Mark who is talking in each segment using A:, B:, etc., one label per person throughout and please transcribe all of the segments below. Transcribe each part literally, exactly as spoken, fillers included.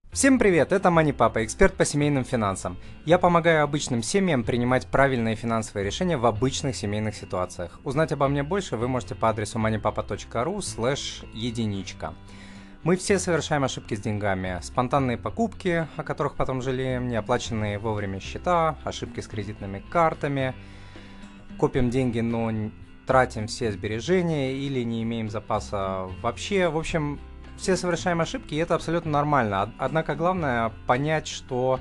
A: Всем привет, это Мани Папа, эксперт по семейным финансам. Я помогаю обычным семьям принимать правильные финансовые решения в обычных семейных ситуациях. Узнать обо мне больше вы можете по адресу манипапа точка ру слэш единичка. Мы все совершаем ошибки с деньгами. Спонтанные покупки, о которых потом жалеем, неоплаченные вовремя счета, ошибки с кредитными картами. Копим деньги, но тратим все сбережения или не имеем запаса вообще. В общем, все совершаем ошибки, и это абсолютно нормально. Однако главное понять, что,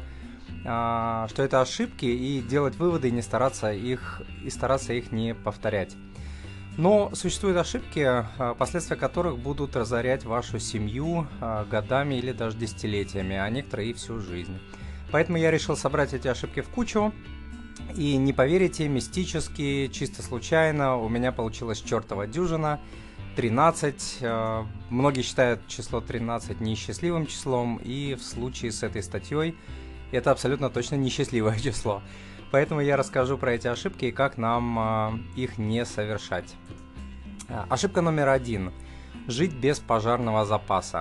A: э, что это ошибки, и делать выводы, и не стараться их, и стараться их не повторять. Но существуют ошибки, последствия которых будут разорять вашу семью годами или даже десятилетиями, а некоторые и всю жизнь. Поэтому я решил собрать эти ошибки в кучу, и не поверите, мистически, чисто случайно у меня получилась чертова дюжина, тринадцать. Многие считают число тринадцать несчастливым числом, и в случае с этой статьей это абсолютно точно несчастливое число. Поэтому я расскажу про эти ошибки и как нам их не совершать. Ошибка номер один. Жить без пожарного запаса.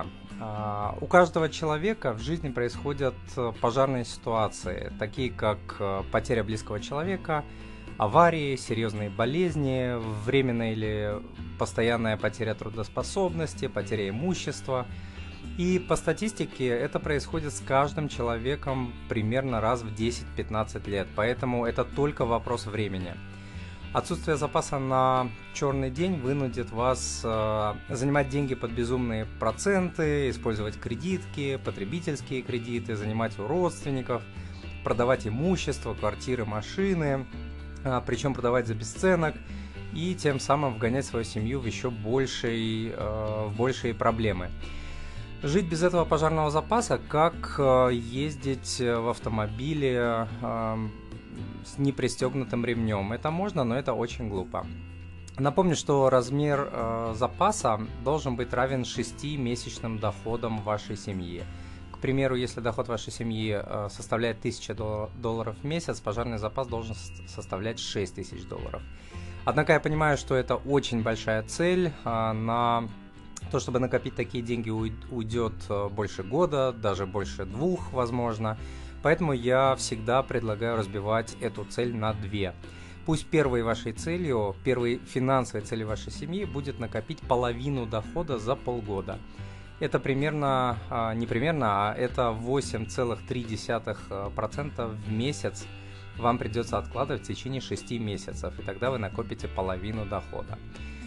A: У каждого человека в жизни происходят пожарные ситуации, такие как потеря близкого человека, аварии, серьезные болезни, временная или постоянная потеря трудоспособности, потеря имущества. И по статистике это происходит с каждым человеком примерно раз в десять-пятнадцать лет, поэтому это только вопрос времени. Отсутствие запаса на черный день вынудит вас э, занимать деньги под безумные проценты, использовать кредитки, потребительские кредиты, занимать у родственников, продавать имущество, квартиры, машины, э, причем продавать за бесценок, и тем самым вгонять свою семью в еще большие, э, в большие проблемы. Жить без этого пожарного запаса, как э, ездить в автомобиле э, с непристегнутым ремнем. Это можно, но это очень глупо. Напомню, что размер э, запаса должен быть равен шести месячным доходам вашей семьи. К примеру, если доход вашей семьи э, составляет тысячу долларов в месяц, пожарный запас должен составлять шесть тысяч долларов. Однако я понимаю, что это очень большая цель. Э, на то, чтобы накопить такие деньги, уйдет больше года, даже больше двух, возможно. Поэтому я всегда предлагаю разбивать эту цель на две. Пусть первой вашей целью, первой финансовой целью вашей семьи будет накопить половину дохода за полгода. Это примерно, не примерно, а это восемь целых три десятых процента в месяц вам придется откладывать в течение шести месяцев, и тогда вы накопите половину дохода.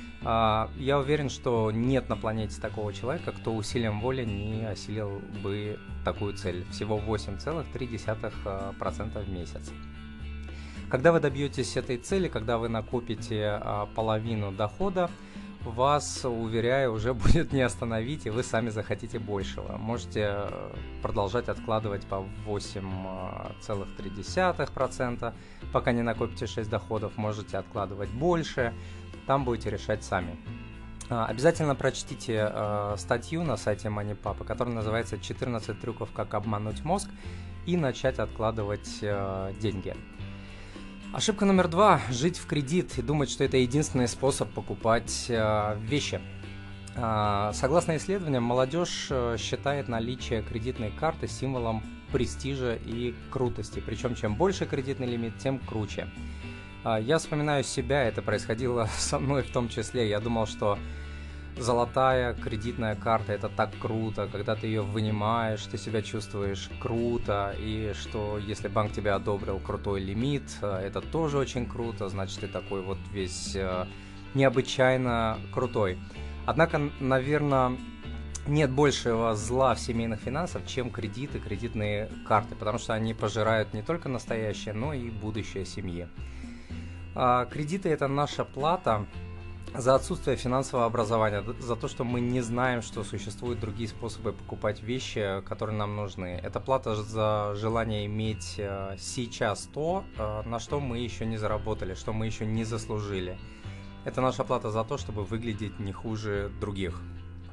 A: Я уверен, что нет на планете такого человека, кто усилием воли не осилил бы такую цель. Всего восемь целых три десятых процента в месяц. Когда вы добьетесь этой цели, когда вы накопите половину дохода, вас, уверяю, уже будет не остановить, и вы сами захотите большего. Можете продолжать откладывать по восемь целых три десятых процента, пока не накопите шесть доходов, можете откладывать больше. Там будете решать сами. Обязательно прочтите э, статью на сайте Мани Папа, которая называется четырнадцать трюков, как обмануть мозг и начать откладывать э, деньги. Ошибка номер два. Жить в кредит и думать, что это единственный способ покупать э, вещи. Э, согласно исследованиям, молодежь считает наличие кредитной карты символом престижа и крутости. Причем чем больше кредитный лимит, тем круче. Я вспоминаю себя, это происходило со мной в том числе. Я думал, что золотая кредитная карта — это так круто, когда ты ее вынимаешь, ты себя чувствуешь круто, и что если банк тебе одобрил крутой лимит, это тоже очень круто, значит, ты такой вот весь необычайно крутой. Однако, наверное, нет большего зла в семейных финансах, чем кредиты, кредитные карты, потому что они пожирают не только настоящее, но и будущее семьи. Кредиты – это наша плата за отсутствие финансового образования, за то, что мы не знаем, что существуют другие способы покупать вещи, которые нам нужны. Это плата за желание иметь сейчас то, на что мы еще не заработали, что мы еще не заслужили. Это наша плата за то, чтобы выглядеть не хуже других.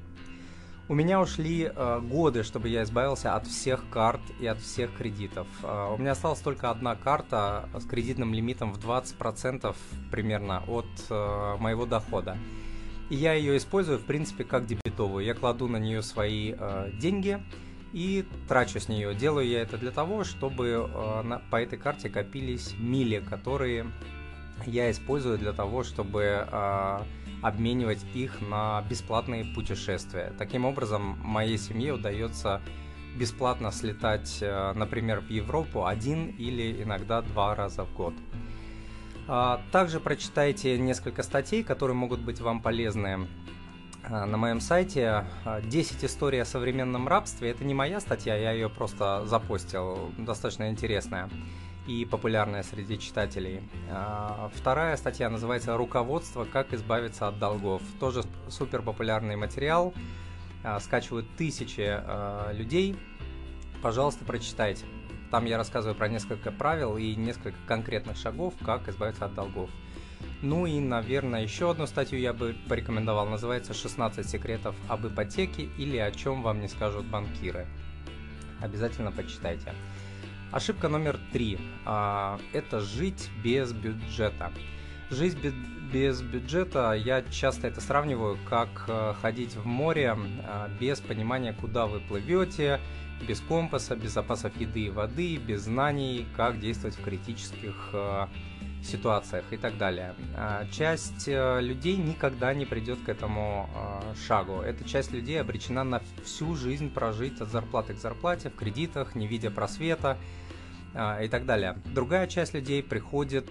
A: У меня ушли э, годы, чтобы я избавился от всех карт и от всех кредитов. Э, у меня осталась только одна карта с кредитным лимитом в двадцать процентов примерно от э, моего дохода. И я ее использую, в принципе, как дебетовую. Я кладу на нее свои э, деньги, и трачу с нее. Делаю я это для того, чтобы по этой карте копились мили, которые я использую для того, чтобы обменивать их на бесплатные путешествия. Таким образом, моей семье удается бесплатно слетать, например, в Европу один или иногда два раза в год. Также прочитайте несколько статей, которые могут быть вам полезны на моем сайте. десять историй о современном рабстве. Это не моя статья, я ее просто запостил. Достаточно интересная и популярная среди читателей. Вторая статья называется «Руководство. Как избавиться от долгов». Тоже супер популярный материал. Скачивают тысячи людей. Пожалуйста, прочитайте. Там я рассказываю про несколько правил и несколько конкретных шагов, как избавиться от долгов. Ну и, наверное, еще одну статью я бы порекомендовал. Называется «шестнадцать секретов об ипотеке» или «О чем вам не скажут банкиры». Обязательно почитайте. Ошибка номер три. Это жить без бюджета. Жить без бюджета, я часто это сравниваю, как ходить в море без понимания, куда вы плывете, без компаса, без запасов еды и воды, без знаний, как действовать в критических ситуациях и так далее. Часть людей никогда не придет к этому шагу. Эта часть людей обречена на всю жизнь прожить от зарплаты к зарплате, в кредитах, не видя просвета и так далее. Другая часть людей приходит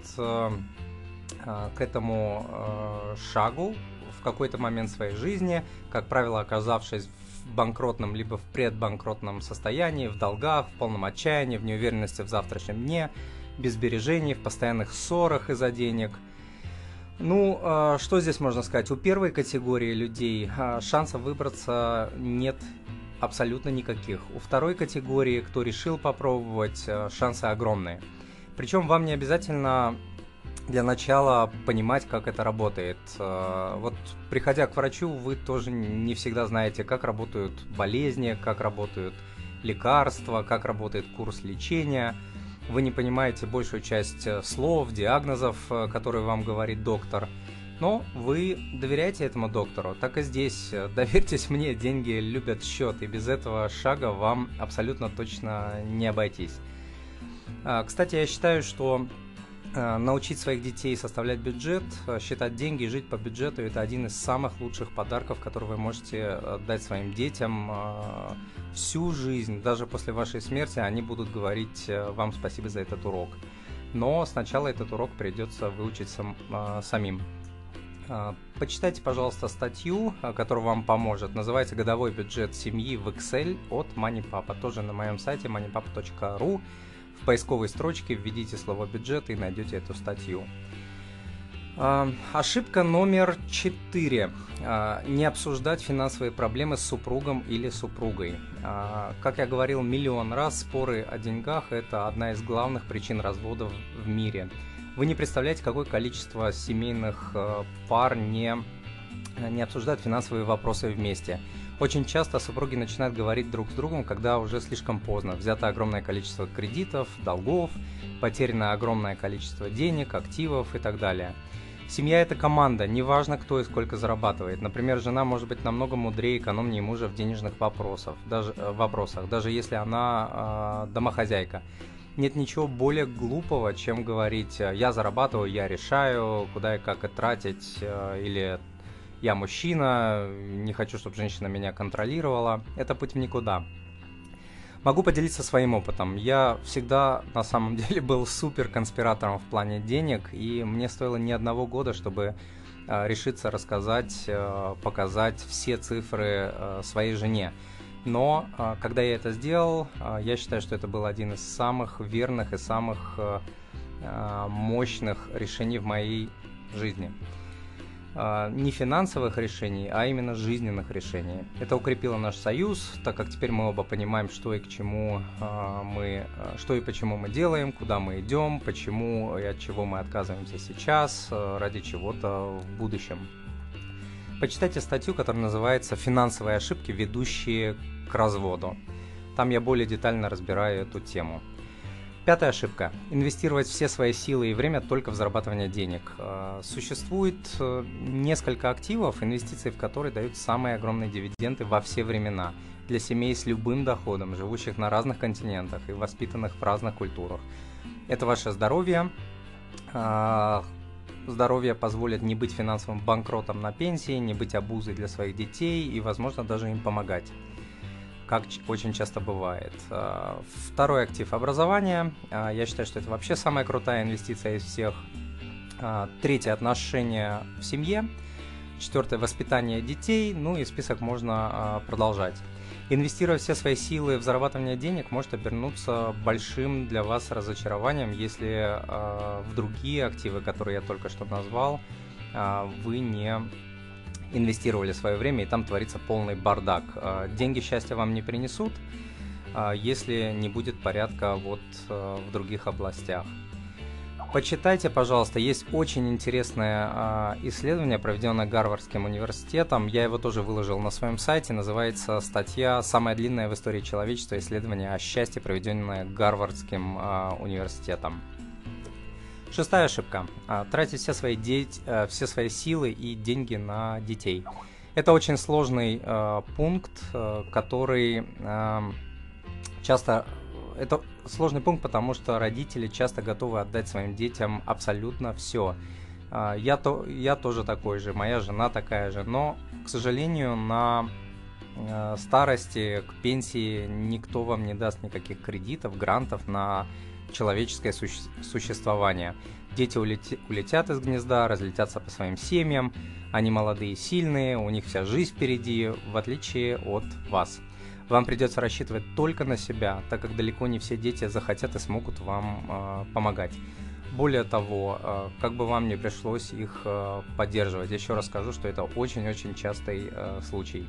A: к этому шагу в какой-то момент своей жизни, как правило, оказавшись в банкротном либо в предбанкротном состоянии, в долгах, в полном отчаянии, в неуверенности в завтрашнем дне, без сбережений, в постоянных ссорах из-за денег. Ну, что здесь можно сказать? У первой категории людей шансов выбраться нет абсолютно никаких. У второй категории, кто решил попробовать, шансы огромные. Причем вам не обязательно для начала понимать, как это работает. Вот приходя к врачу, вы тоже не всегда знаете, как работают болезни, как работают лекарства, как работает курс лечения. Вы не понимаете большую часть слов, диагнозов, которые вам говорит доктор. Но вы доверяете этому доктору. Так и здесь. Доверьтесь мне, деньги любят счет, и без этого шага вам абсолютно точно не обойтись. Кстати, я считаю, что научить своих детей составлять бюджет, считать деньги и жить по бюджету – это один из самых лучших подарков, которые вы можете дать своим детям всю жизнь. Даже после вашей смерти они будут говорить вам спасибо за этот урок. Но сначала этот урок придется выучить сам, самим. Почитайте, пожалуйста, статью, которая вам поможет. Называется «Годовой бюджет семьи в Excel» от MoneyPapa. Тоже на моем сайте money papa точка ру. В поисковой строчке введите слово «бюджет» и найдете эту статью. А, ошибка номер четыре. А, не обсуждать финансовые проблемы с супругом или супругой. А, как я говорил миллион раз, споры о деньгах – это одна из главных причин разводов в мире. Вы не представляете, какое количество семейных пар не, не обсуждают финансовые вопросы вместе. Очень часто супруги начинают говорить друг с другом, когда уже слишком поздно. Взято огромное количество кредитов, долгов, потеряно огромное количество денег, активов и так далее. Семья – это команда, неважно, кто и сколько зарабатывает. Например, жена может быть намного мудрее и экономнее мужа в денежных вопросах, даже, э, вопросах, даже если она э, домохозяйка. Нет ничего более глупого, чем говорить «я зарабатываю, я решаю, куда и как и тратить» э, или «я мужчина, не хочу, чтобы женщина меня контролировала». Это путь в никуда. Могу поделиться своим опытом. Я всегда на самом деле был супер конспиратором в плане денег, и мне стоило не одного года, чтобы э, решиться рассказать, э, показать все цифры э, своей жене. Но э, когда я это сделал, э, я считаю, что это был один из самых верных и самых э, э, мощных решений в моей жизни. Не финансовых решений, а именно жизненных решений. Это укрепило наш союз, так как теперь мы оба понимаем, что и к чему мы, что и почему мы делаем, куда мы идем, почему и от чего мы отказываемся сейчас, ради чего-то в будущем. Почитайте статью, которая называется «Финансовые ошибки, ведущие к разводу». Там я более детально разбираю эту тему. Пятая ошибка. Инвестировать все свои силы и время только в зарабатывание денег. Существует несколько активов, инвестиции в которые дают самые огромные дивиденды во все времена. для семей с любым доходом, живущих на разных континентах и воспитанных в разных культурах. Это ваше здоровье. Здоровье позволит не быть финансовым банкротом на пенсии, не быть обузой для своих детей и, возможно, даже им помогать, как очень часто бывает. Второй актив – образование. Я считаю, что это вообще самая крутая инвестиция из всех. Третье – отношения в семье. Четвертое – воспитание детей. Ну и список можно продолжать. Инвестировать все свои силы в зарабатывание денег может обернуться большим для вас разочарованием, если э, в другие активы, которые я только что назвал, э, вы не инвестировали свое время, и там творится полный бардак. Э, деньги счастья вам не принесут, э, если не будет порядка вот э, в других областях. Почитайте, пожалуйста, есть очень интересное э, исследование, проведенное Гарвардским университетом. Я его тоже выложил на своем сайте. Называется статья «Самая длинная в истории человечества исследование о счастье», проведенное Гарвардским э, университетом. Шестая ошибка. Э, тратить все свои, де... э, все свои силы и деньги на детей. Это очень сложный э, пункт, э, который э, часто... Это сложный пункт, потому что родители часто готовы отдать своим детям абсолютно все. Я, то, я тоже такой же, моя жена такая же, но, к сожалению, на старости, к пенсии никто вам не даст никаких кредитов, грантов на человеческое суще, существование. Дети улети, улетят из гнезда, разлетятся по своим семьям, они молодые, сильные, у них вся жизнь впереди, в отличие от вас. Вам придется рассчитывать только на себя, так как далеко не все дети захотят и смогут вам э, помогать. Более того, э, как бы вам ни пришлось их э, поддерживать, еще раз скажу, что это очень-очень частый э, случай.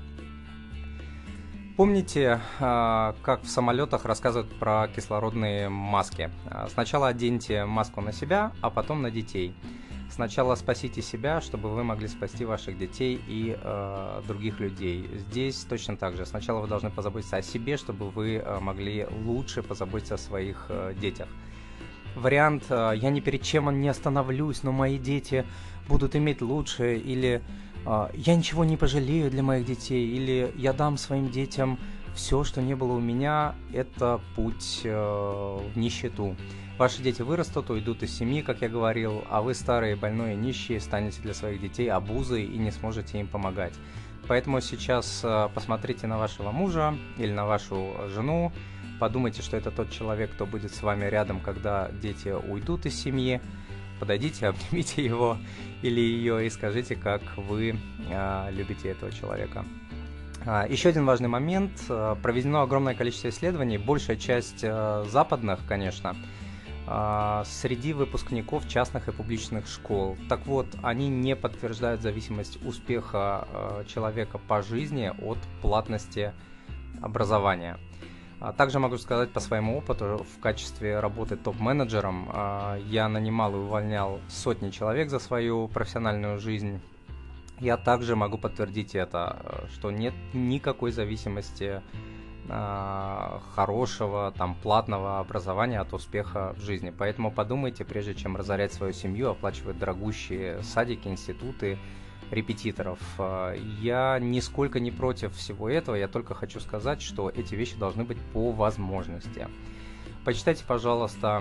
A: Помните, э, как в самолетах рассказывают про кислородные маски? Сначала оденьте маску на себя, а потом на детей. Сначала спасите себя, чтобы вы могли спасти ваших детей и э, других людей. Здесь точно так же. Сначала вы должны позаботиться о себе, чтобы вы э, могли лучше позаботиться о своих э, детях. Вариант э, «я ни перед чем не остановлюсь, но мои дети будут иметь лучше» или э, «я ничего не пожалею для моих детей» или «я дам своим детям все, что не было у меня» – это путь э, в нищету. Ваши дети вырастут, уйдут из семьи, как я говорил, а вы, старые, больные, нищие, станете для своих детей обузой и не сможете им помогать. Поэтому сейчас посмотрите на вашего мужа или на вашу жену, подумайте, что это тот человек, кто будет с вами рядом, когда дети уйдут из семьи. Подойдите, обнимите его или ее и скажите, как вы э, любите этого человека. Еще один важный момент. Проведено огромное количество исследований, большая часть э, западных, конечно, среди выпускников частных и публичных школ. Так вот, они не подтверждают зависимость успеха человека по жизни от платности образования. Также могу сказать по своему опыту, в качестве работы топ-менеджером я нанимал и увольнял сотни человек за свою профессиональную жизнь. Я также могу подтвердить это, что нет никакой зависимости хорошего, там, платного образования от успеха в жизни. Поэтому подумайте, прежде чем разорять свою семью, оплачивать дорогущие садики, институты, репетиторов. Я нисколько не против всего этого, я только хочу сказать, что эти вещи должны быть по возможности. Почитайте, пожалуйста,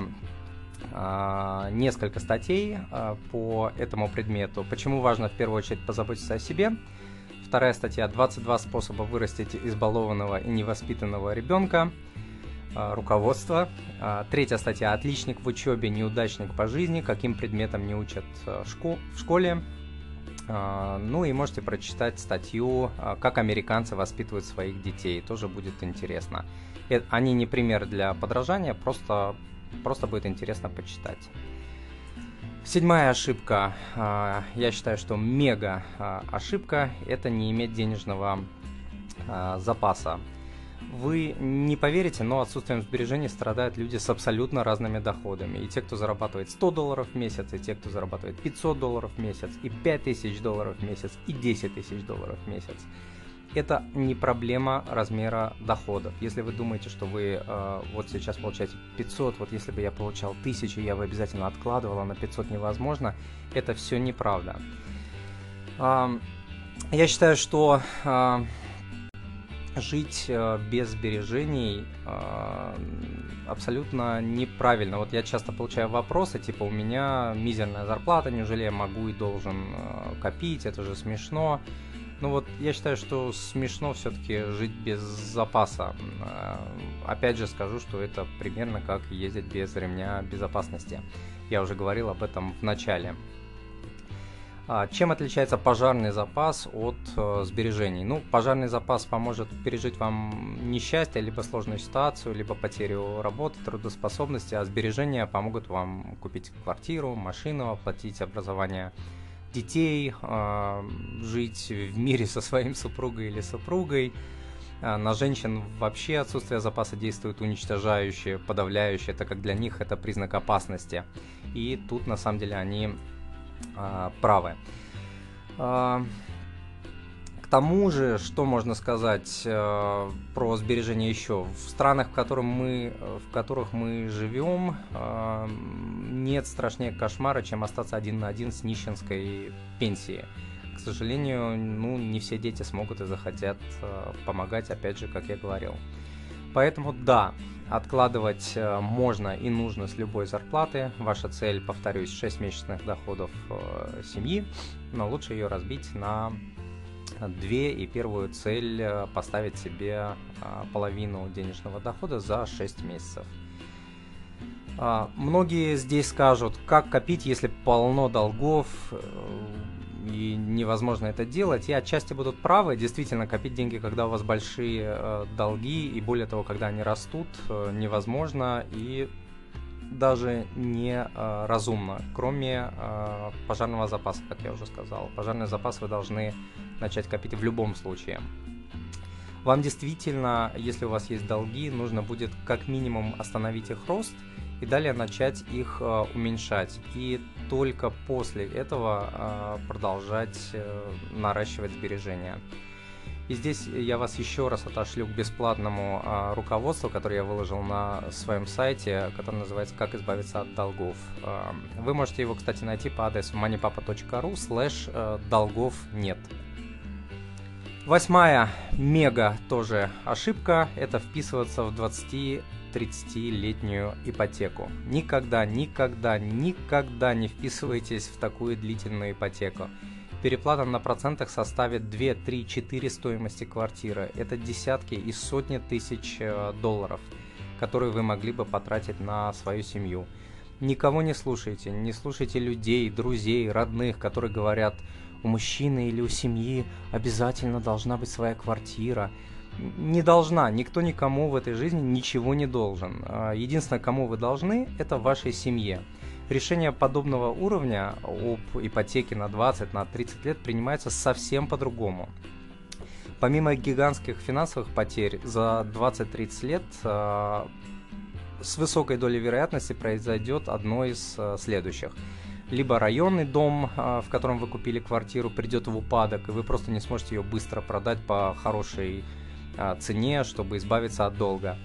A: несколько статей по этому предмету. Почему важно в первую очередь позаботиться о себе? Вторая статья «двадцать два способа вырастить избалованного и невоспитанного ребенка». Руководство. Третья статья «Отличник в учебе, неудачник по жизни. Каким предметом не учат в школе». Ну и можете прочитать статью «Как американцы воспитывают своих детей». Тоже будет интересно. Они не пример для подражания, просто, просто будет интересно почитать. Седьмая ошибка, я считаю, что мега ошибка, это не иметь денежного запаса. Вы не поверите, но отсутствием сбережений страдают люди с абсолютно разными доходами. И те, кто зарабатывает сто долларов в месяц, и те, кто зарабатывает пятьсот долларов в месяц, и пять тысяч долларов в месяц, и десять тысяч долларов в месяц. Это не проблема размера доходов. Если вы думаете, что вы э, вот сейчас получаете пятьсот, вот если бы я получал тысячу, я бы обязательно откладывал, а на пятьсот невозможно, это все неправда. Э, я считаю, что э, жить э, без сбережений э, абсолютно неправильно. Вот я часто получаю вопросы, типа, у меня мизерная зарплата, неужели я могу и должен э, копить, это же смешно. Ну вот я считаю, что смешно все-таки жить без запаса. Э, опять же скажу, что это примерно как ездить без ремня безопасности. Я уже говорил об этом в начале. Чем отличается пожарный запас от э, сбережений? Ну, пожарный запас поможет пережить вам несчастье, либо сложную ситуацию, либо потерю работы, трудоспособности, а сбережения помогут вам купить квартиру, машину, оплатить образование детей, э, жить в мире со своим супругой или супругой. Э, на женщин вообще отсутствие запаса действует уничтожающе, подавляюще, так как для них это признак опасности. И тут на самом деле они правы. К тому же, что можно сказать про сбережения еще? В странах, в, которых мы, в которых мы живем, нет страшнее кошмара, чем остаться один на один с нищенской пенсией. К сожалению, ну, не все дети смогут и захотят помогать, опять же, как я говорил. Поэтому да, откладывать можно и нужно с любой зарплаты. Ваша цель, повторюсь, шесть месячных доходов э, семьи, но лучше ее разбить на две и первую цель поставить себе э, половину денежного дохода за шесть месяцев. Э, многие здесь скажут, как копить, если полно долгов э, и невозможно это делать, и отчасти будут правы. Действительно, копить деньги, когда у вас большие э, долги, и более того, когда они растут, э, невозможно и даже не э, разумно, кроме э, пожарного запаса, как я уже сказал. Пожарный запас вы должны начать копить в любом случае. Вам действительно, если у вас есть долги, нужно будет как минимум остановить их рост и далее начать их э, уменьшать. И только после этого э, продолжать э, наращивать сбережения. И здесь я вас еще раз отошлю к бесплатному э, руководству, которое я выложил на своем сайте, которое называется «Как избавиться от долгов». Э, вы можете его, кстати, найти по адресу moneypapa точка ру слэш долгов нет. Восьмая мега тоже ошибка – это вписываться в двадцати-тридцатилетнюю ипотеку. Никогда, никогда, никогда не вписывайтесь в такую длительную ипотеку. Переплата на процентах составит две, три, четыре стоимости квартиры. Это десятки и сотни тысяч долларов, которые вы могли бы потратить на свою семью. Никого не слушайте, не слушайте людей, друзей, родных, которые говорят: у мужчины или у семьи обязательно должна быть своя квартира. Не должна, никто никому в этой жизни ничего не должен. Единственное, кому вы должны, это вашей семье. Решение подобного уровня об ипотеке на двадцать, на тридцать лет принимается совсем по-другому. Помимо гигантских финансовых потерь, за двадцать-тридцать лет с высокой долей вероятности произойдет одно из следующих. Либо районный дом, в котором вы купили квартиру, придет в упадок, и вы просто не сможете ее быстро продать по хорошей цене, чтобы избавиться от долга.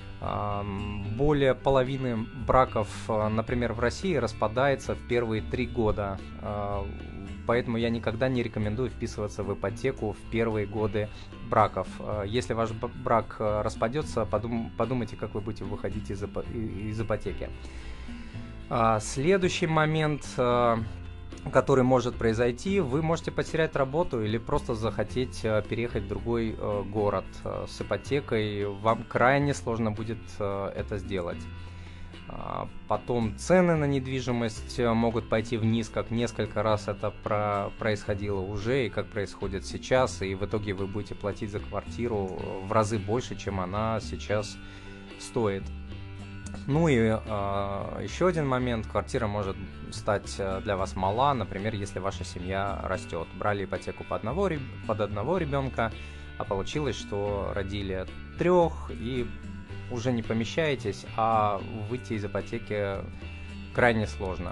A: Более половины браков, например, в России распадается в первые три года, поэтому я никогда не рекомендую вписываться в ипотеку в первые годы браков. Если ваш брак распадется, подум- подумайте, как вы будете выходить из, ип- из ипотеки. Следующий момент, который может произойти: вы можете потерять работу или просто захотеть переехать в другой город с ипотекой. Вам крайне сложно будет это сделать. Потом цены на недвижимость могут пойти вниз, как несколько раз это про- происходило уже и как происходит сейчас, и в итоге вы будете платить за квартиру в разы больше, чем она сейчас стоит. Ну и э, еще один момент: квартира может стать для вас мала, например, если ваша семья растет. Брали ипотеку под одного, под одного ребенка, а получилось, что родили трех и уже не помещаетесь, а выйти из ипотеки крайне сложно.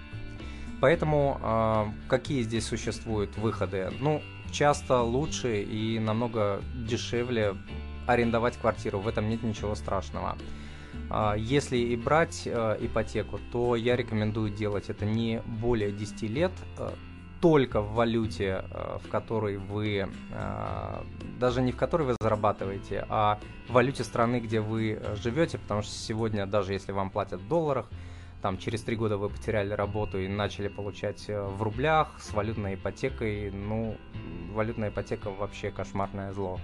A: Поэтому э, какие здесь существуют выходы? Ну, часто лучше и намного дешевле арендовать квартиру, в этом нет ничего страшного. Если и брать э, ипотеку, то я рекомендую делать это не более десяти лет, э, только в валюте, в которой вы, даже не в которой вы зарабатываете, а в валюте страны, где вы живете, потому что сегодня, даже если вам платят в долларах, там через три года вы потеряли работу и начали получать в рублях с валютной ипотекой, ну, валютная ипотека вообще кошмарное зло.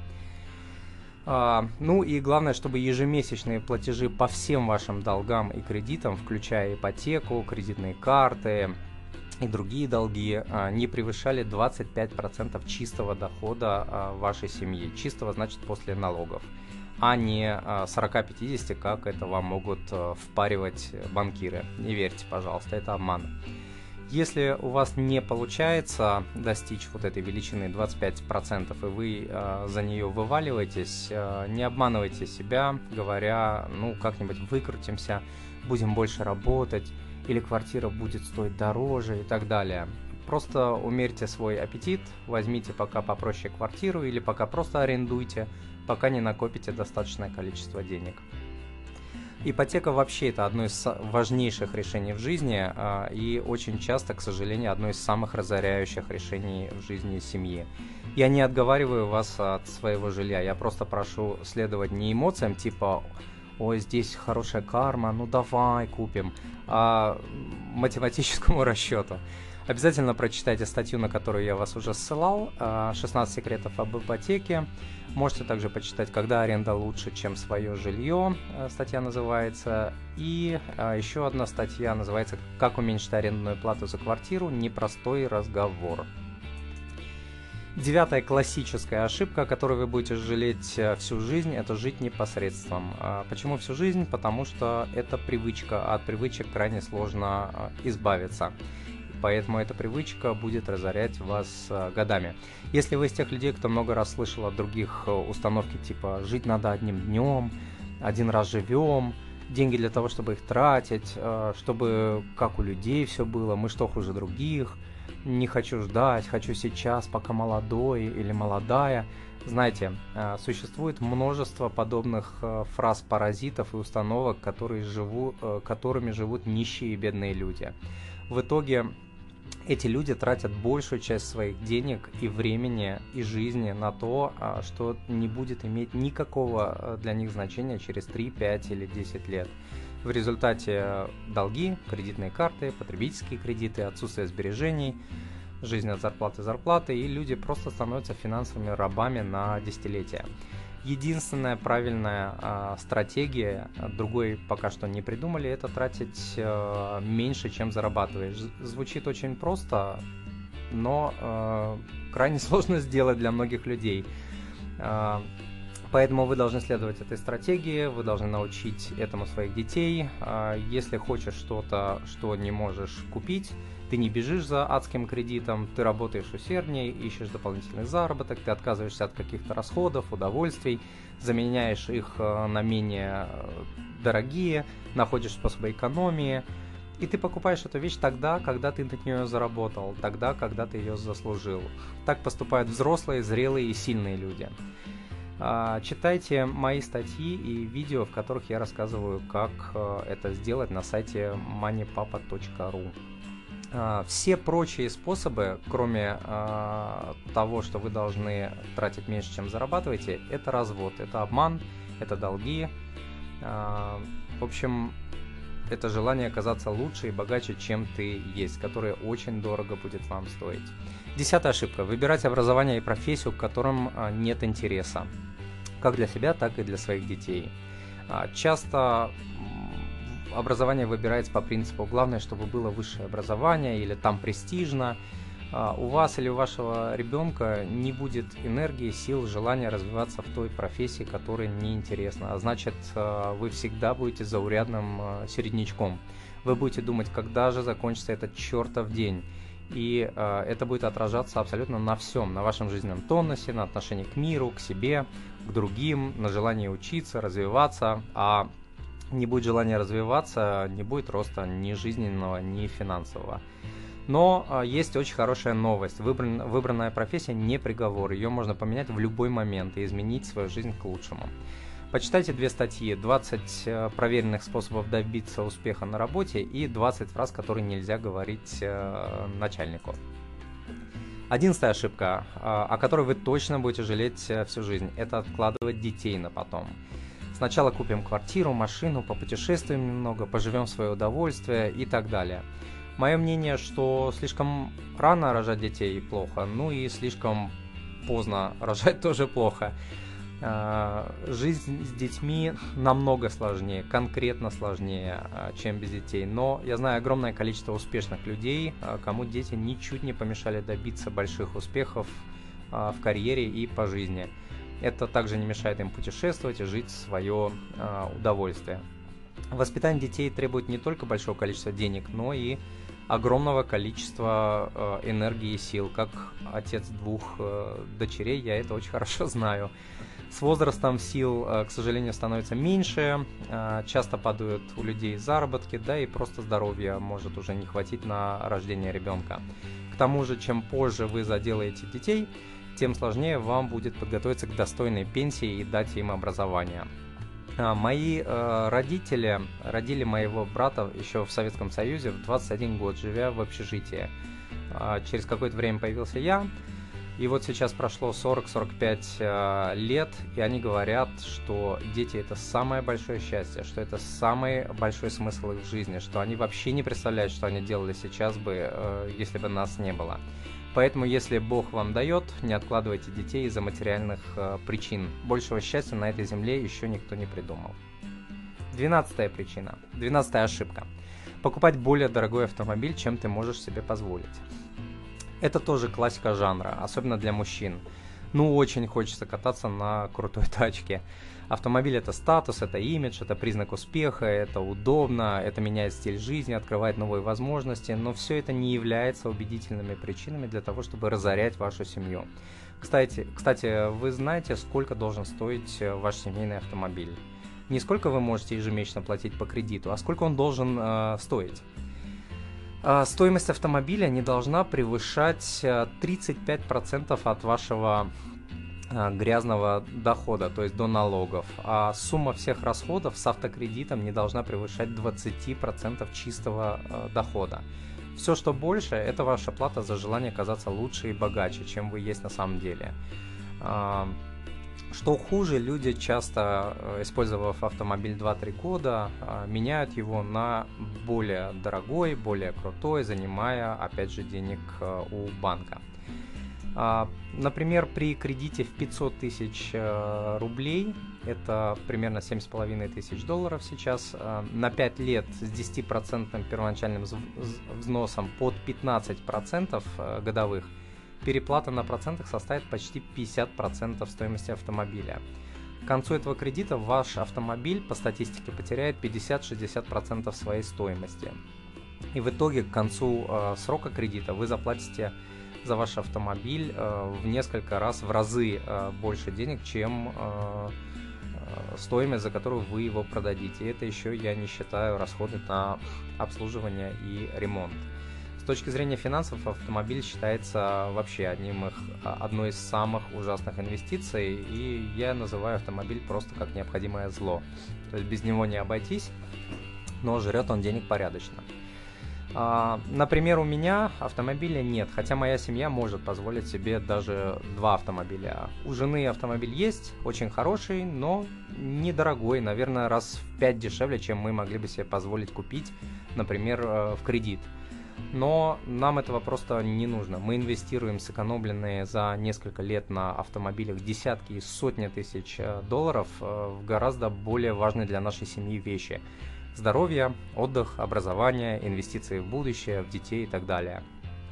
A: А, ну и главное, чтобы ежемесячные платежи по всем вашим долгам и кредитам, включая ипотеку, кредитные карты и другие долги, не превышали двадцать пять процентов чистого дохода вашей семьи. Чистого значит после налогов, а не сорок-пятьдесят, как это вам могут впаривать банкиры. Не верьте, пожалуйста, это обман. Если у вас не получается достичь вот этой величины двадцать пять процентов, и вы э, за нее вываливаетесь, э, не обманывайте себя, говоря, ну, как-нибудь выкрутимся, будем больше работать, или квартира будет стоить дороже и так далее. Просто умерьте свой аппетит, возьмите пока попроще квартиру или пока просто арендуйте, пока не накопите достаточное количество денег. Ипотека вообще это одно из важнейших решений в жизни и очень часто, к сожалению, одно из самых разоряющих решений в жизни семьи. Я не отговариваю вас от своего жилья, я просто прошу следовать не эмоциям типа «Ой, здесь хорошая карма, ну давай купим», а математическому расчету. Обязательно прочитайте статью, на которую я вас уже ссылал, шестнадцать секретов об ипотеке. Можете также почитать «Когда аренда лучше, чем свое жилье», статья называется. И еще одна статья называется «Как уменьшить арендную плату за квартиру. Непростой разговор». Девятая классическая ошибка, о которой вы будете жалеть всю жизнь, это жить непосредством. Почему всю жизнь? Потому что это привычка, а от привычек крайне сложно избавиться. Поэтому эта привычка будет разорять вас годами. Если вы из тех людей, кто много раз слышал от других установки типа «жить надо одним днем», «один раз живем», деньги для того, чтобы их тратить, чтобы как у людей все было, мы что хуже других, не хочу ждать, хочу сейчас, пока молодой или молодая. Знаете, существует множество подобных фраз-паразитов и установок, которые живу, которыми живут нищие и бедные люди. В итоге эти люди тратят большую часть своих денег и времени и жизни на то, что не будет иметь никакого для них значения через три, пять или десять лет. В результате долги, кредитные карты, потребительские кредиты, отсутствие сбережений, жизнь от зарплаты к зарплате, и люди просто становятся финансовыми рабами на десятилетия. Единственная правильная э, стратегия, другой пока что не придумали, это тратить э, меньше, чем зарабатываешь. Звучит очень просто, но э, крайне сложно сделать для многих людей. Э, поэтому вы должны следовать этой стратегии, вы должны научить этому своих детей. Э, если хочешь что-то, что не можешь купить, ты не бежишь за адским кредитом, ты работаешь усерднее, ищешь дополнительный заработок, ты отказываешься от каких-то расходов, удовольствий, заменяешь их на менее дорогие, находишь способы экономии, и ты покупаешь эту вещь тогда, когда ты на нее заработал, тогда, когда ты ее заслужил. Так поступают взрослые, зрелые и сильные люди. Читайте мои статьи и видео, в которых я рассказываю, как это сделать на сайте мани папа точка ру. Все прочие способы, кроме э, того, что вы должны тратить меньше, чем зарабатываете, это развод, это обман, это долги. Э, в общем, это желание оказаться лучше и богаче, чем ты есть, которое очень дорого будет вам стоить. Десятая ошибка. Выбирать образование и профессию, к которым э, нет интереса. Как для себя, так и для своих детей. Э, часто образование выбирается по принципу «главное, чтобы было высшее образование» или «там престижно». У вас или у вашего ребенка не будет энергии, сил, желания развиваться в той профессии, которая неинтересна. А значит, вы всегда будете заурядным середнячком. Вы будете думать, когда же закончится этот чертов день. И это будет отражаться абсолютно на всем, на вашем жизненном тонусе, на отношении к миру, к себе, к другим, на желании учиться, развиваться. А не будет желания развиваться, не будет роста ни жизненного, ни финансового. Но э, есть очень хорошая новость. Выбран, выбранная профессия не приговор. Ее можно поменять в любой момент и изменить свою жизнь к лучшему. Почитайте две статьи. двадцать э, проверенных способов добиться успеха на работе и двадцать фраз, которые нельзя говорить э, начальнику. Одиннадцатая ошибка, о которой вы точно будете жалеть всю жизнь, это откладывать детей на потом. Сначала купим квартиру, машину, попутешествуем немного, поживем в свое удовольствие и так далее. Мое мнение, что слишком рано рожать детей плохо, ну и слишком поздно рожать тоже плохо. Жизнь с детьми намного сложнее, конкретно сложнее, чем без детей. Но я знаю огромное количество успешных людей, кому дети ничуть не помешали добиться больших успехов в карьере и по жизни. Это также не мешает им путешествовать и жить в свое удовольствие. Воспитание детей требует не только большого количества денег, но и огромного количества энергии и сил. Как отец двух дочерей, я это очень хорошо знаю. С возрастом сил, к сожалению, становится меньше, часто падают у людей заработки, да и просто здоровья может уже не хватить на рождение ребенка. К тому же, чем позже вы заделаете детей, тем сложнее вам будет подготовиться к достойной пенсии и дать им образование. Мои родители родили моего брата еще в Советском Союзе в двадцать один год, живя в общежитии. Через какое-то время появился я. И вот сейчас прошло сорок-сорок пять э, лет, и они говорят, что дети — это самое большое счастье, что это самый большой смысл их жизни, что они вообще не представляют, что они делали сейчас бы, э, если бы нас не было. Поэтому, если Бог вам дает, не откладывайте детей из-за материальных э, причин. Большего счастья на этой земле еще никто не придумал. Двенадцатая причина, двенадцатая ошибка. Покупать более дорогой автомобиль, чем ты можешь себе позволить. Это тоже классика жанра, особенно для мужчин. Ну, очень хочется кататься на крутой тачке. Автомобиль — это статус, это имидж, это признак успеха, это удобно, это меняет стиль жизни, открывает новые возможности, но все это не является убедительными причинами для того, чтобы разорять вашу семью. Кстати, кстати, вы знаете, сколько должен стоить ваш семейный автомобиль? Не сколько вы можете ежемесячно платить по кредиту, а сколько он должен э, стоить. Стоимость автомобиля не должна превышать тридцать пять процентов от вашего грязного дохода, то есть до налогов. А сумма всех расходов с автокредитом не должна превышать двадцать процентов чистого дохода. Все, что больше, это ваша плата за желание казаться лучше и богаче, чем вы есть на самом деле. Что хуже, люди, часто использовав автомобиль два-три года, меняют его на более дорогой, более крутой, занимая, опять же, денег у банка. Например, при кредите в пятьсот тысяч рублей, это примерно семь с половиной тысяч долларов сейчас, на пять лет с десятипроцентным первоначальным взносом под пятнадцать процентов годовых, переплата на процентах составит почти пятьдесят процентов стоимости автомобиля. К концу этого кредита ваш автомобиль по статистике потеряет пятьдесят-шестьдесят процентов своей стоимости. И в итоге к концу э, срока кредита вы заплатите за ваш автомобиль э, в несколько раз, в разы э, больше денег, чем э, э, стоимость, за которую вы его продадите. И это еще я не считаю расходы на обслуживание и ремонт. С точки зрения финансов, автомобиль считается вообще одним их, одной из самых ужасных инвестиций, и я называю автомобиль просто как необходимое зло. То есть без него не обойтись, но жрет он денег порядочно. Например, у меня автомобиля нет, хотя моя семья может позволить себе даже два автомобиля. У жены автомобиль есть, очень хороший, но недорогой, наверное, раз в пять дешевле, чем мы могли бы себе позволить купить, например, в кредит. Но нам этого просто не нужно. Мы инвестируем сэкономленные за несколько лет на автомобилях десятки и сотни тысяч долларов в гораздо более важные для нашей семьи вещи. Здоровье, отдых, образование, инвестиции в будущее, в детей и так далее.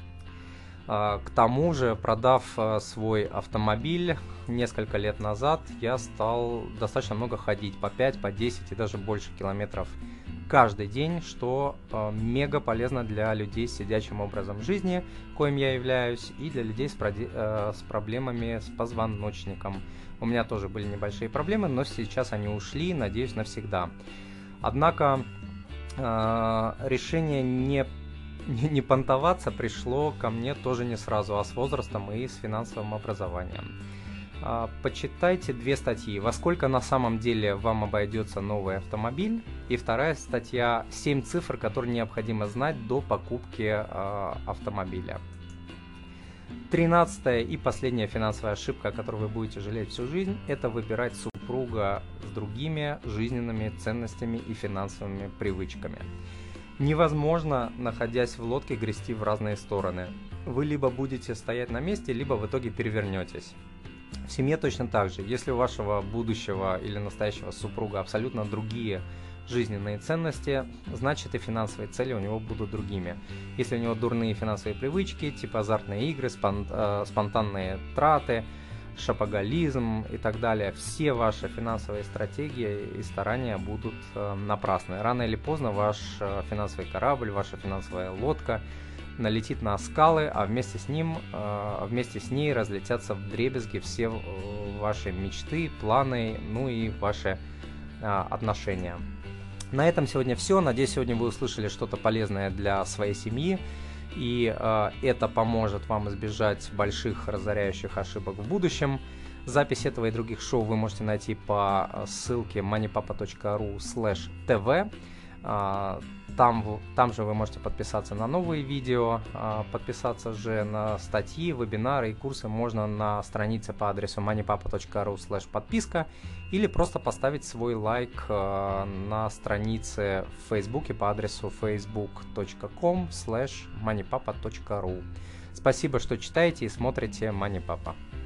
A: К тому же, продав свой автомобиль несколько лет назад, я стал достаточно много ходить, по пять, по десять и даже больше километров каждый день, что мега полезно для людей с сидячим образом жизни, коим я являюсь, и для людей с, проди- с проблемами с позвоночником. У меня тоже были небольшие проблемы, но сейчас они ушли, надеюсь, навсегда. Однако решение не Не понтоваться пришло ко мне тоже не сразу, а с возрастом и с финансовым образованием. Почитайте две статьи. Во сколько на самом деле вам обойдется новый автомобиль? И вторая статья «семь цифр, которые необходимо знать до покупки автомобиля». Тринадцатая и последняя финансовая ошибка, о которой вы будете жалеть всю жизнь, это выбирать супруга с другими жизненными ценностями и финансовыми привычками. Невозможно, находясь в лодке, грести в разные стороны. Вы либо будете стоять на месте, либо в итоге перевернетесь. В семье точно так же. Если у вашего будущего или настоящего супруга абсолютно другие жизненные ценности, значит и финансовые цели у него будут другими. Если у него дурные финансовые привычки, типа азартные игры, спон- э, спонтанные траты, шопоголизм и так далее, все ваши финансовые стратегии и старания будут э, напрасны. Рано или поздно ваш э, финансовый корабль, ваша финансовая лодка налетит на скалы, а вместе с ним, э, вместе с ней разлетятся вдребезги все э, ваши мечты, планы, ну и ваши э, отношения. На этом сегодня все. Надеюсь, сегодня вы услышали что-то полезное для своей семьи, и э, это поможет вам избежать больших разоряющих ошибок в будущем. Запись этого и других шоу вы можете найти по ссылке moneypapa точка ру слэш тв. Там, там же вы можете подписаться на новые видео, подписаться же на статьи, вебинары и курсы можно на странице по адресу moneypapa точка ру слэш подписка или просто поставить свой лайк на странице в Фейсбуке по адресу facebook точка com слэш moneypapa точка ру. Спасибо, что читаете и смотрите MoneyPapa.